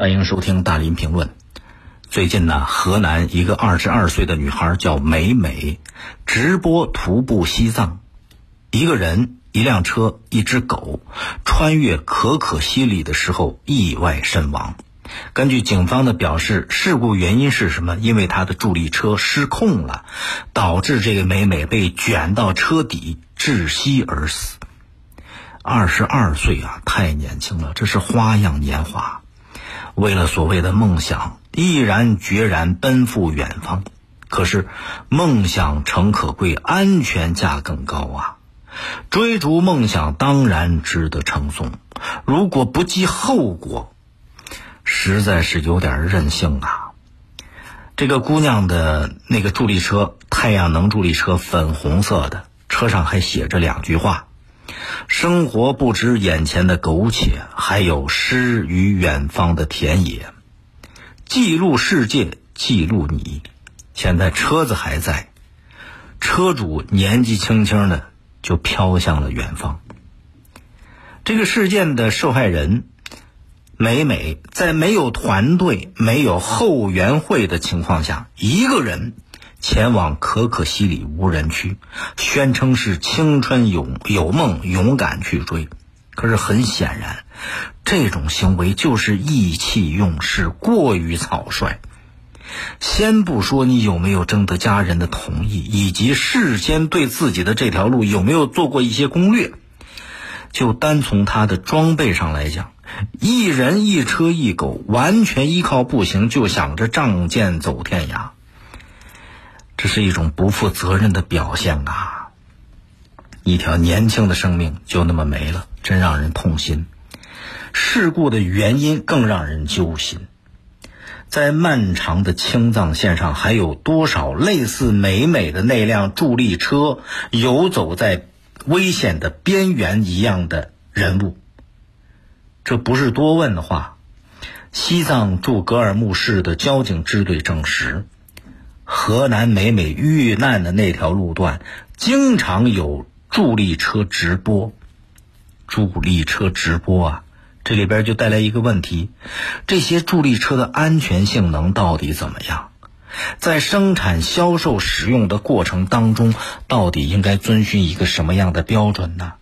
欢迎收听大林评论。最近呢，河南一个22岁的女孩叫美美，直播徒步西藏，一个人、一辆车、一只狗穿越可可西里的时候意外身亡。根据警方的表示，事故原因是什么？因为她的助力车失控了，导致这个美美被卷到车底窒息而死。22岁啊，太年轻了，这是花样年华。为了所谓的梦想，毅然决然奔赴远方。可是梦想诚可贵，安全价更高啊！追逐梦想当然值得称颂，如果不计后果，实在是有点任性啊。这个姑娘的那个助力车，太阳能助力车，粉红色的，车上还写着2句话：生活不止眼前的苟且，还有诗与远方的田野。记录世界，记录你。现在车子还在，车主年纪轻轻的就飘向了远方。这个事件的受害人美美，在没有团队、没有后援会的情况下，一个人前往可可西里无人区，宣称是青春有梦，勇敢去追。可是很显然，这种行为就是意气用事，过于草率。先不说你有没有征得家人的同意，以及事先对自己的这条路有没有做过一些攻略，就单从他的装备上来讲，一人一车一狗，完全依靠步行，就想着仗剑走天涯，这是一种不负责任的表现啊！一条年轻的生命就那么没了，真让人痛心。事故的原因更让人揪心。在漫长的青藏线上，还有多少类似美美的那辆助力车游走在危险的边缘一样的人物？这不是多问的话，西藏驻格尔木市的交警支队证实，河南美美遇难的那条路段经常有助力车直播。助力车直播啊，这里边就带来一个问题，这些助力车的安全性能到底怎么样？在生产、销售、使用的过程当中，到底应该遵循一个什么样的标准呢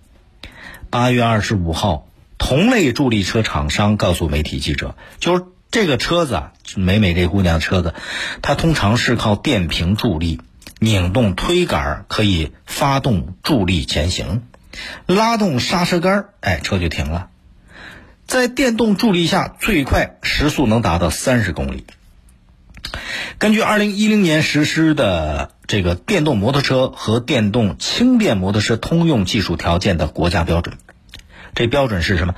？8月25号，同类助力车厂商告诉媒体记者，就是这个车子啊，美美这姑娘的车子，它通常是靠电瓶助力，拧动推杆可以发动助力前行，拉动刹车杆，车就停了。在电动助力下，最快时速能达到30公里。根据2010年实施的这个电动摩托车和电动轻便摩托车通用技术条件的国家标准，这标准是什么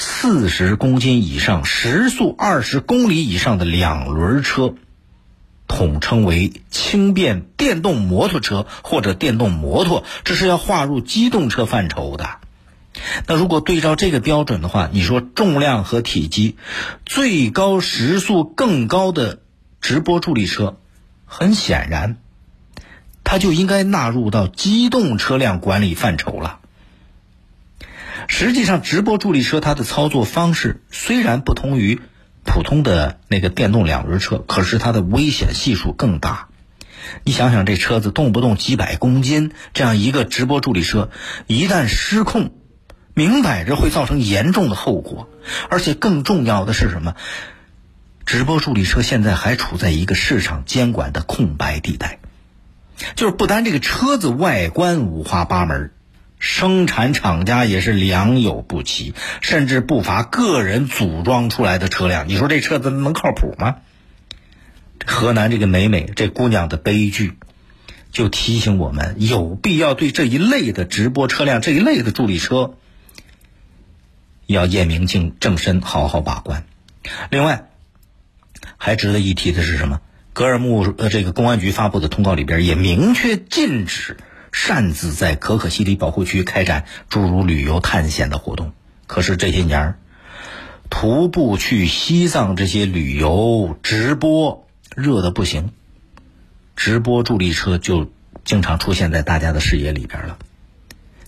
？40公斤以上、时速20公里以上的2轮车，统称为轻便电动摩托车或者电动摩托，这是要划入机动车范畴的。那如果对照这个标准的话，你说重量和体积最高时速更高的直播助力车，很显然它就应该纳入到机动车辆管理范畴了。实际上直播助力车它的操作方式虽然不同于普通的那个电动2轮车，可是它的危险系数更大。你想想，这车子动不动几百公斤，这样一个直播助力车一旦失控，明摆着会造成严重的后果。而且更重要的是什么？直播助力车现在还处在一个市场监管的空白地带，就是不单这个车子外观五花八门，生产厂家也是良莠不齐，甚至不乏个人组装出来的车辆。你说这车子能靠谱吗？河南这个美美这姑娘的悲剧就提醒我们，有必要对这一类的直播车辆、这一类的助力车要验明正身，好好把关。另外还值得一提的是什么？格尔木这个公安局发布的通告里边也明确禁止擅自在可可西里保护区开展诸如旅游探险的活动。可是这些年徒步去西藏这些旅游直播热得不行，直播助力车就经常出现在大家的视野里边了。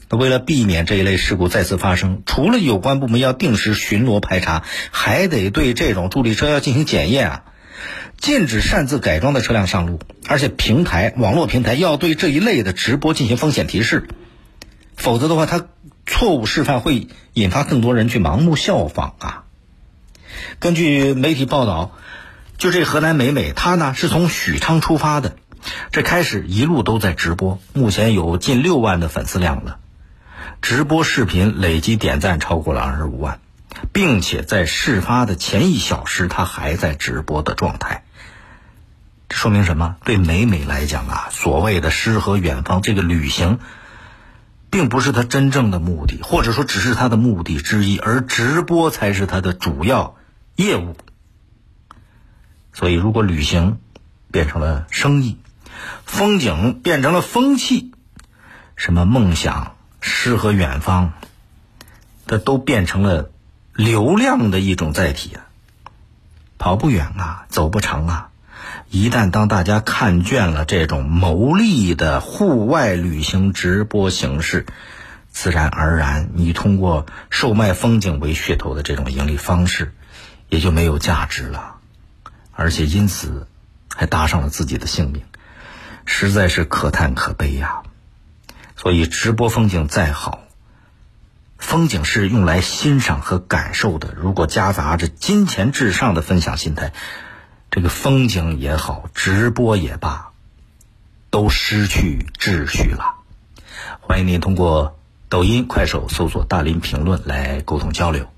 那为了避免这一类事故再次发生，除了有关部门要定时巡逻排查，还得对这种助力车要进行检验啊，禁止擅自改装的车辆上路，而且网络平台要对这一类的直播进行风险提示，否则的话，它错误示范会引发更多人去盲目效仿啊。根据媒体报道，就这河南美美，她呢是从许昌出发的，这开始一路都在直播，目前有近6万的粉丝量了，直播视频累计点赞超过了25万，并且在事发的前1小时，她还在直播的状态。这说明什么？对美美来讲啊，所谓的诗和远方这个旅行，并不是她真正的目的，或者说只是她的目的之一，而直播才是她的主要业务。所以如果旅行变成了生意，风景变成了风气，什么梦想、诗和远方，这都变成了流量的一种载体啊，跑不远啊，走不长啊。一旦当大家看倦了这种牟利的户外旅行直播形式，自然而然你通过售卖风景为噱头的这种盈利方式也就没有价值了，而且因此还搭上了自己的性命，实在是可叹可悲呀。所以直播风景再好，风景是用来欣赏和感受的，如果夹杂着金钱至上的分享心态，这个风景也好，直播也罢，都失去秩序了。欢迎您通过抖音、快手搜索大林评论来沟通交流。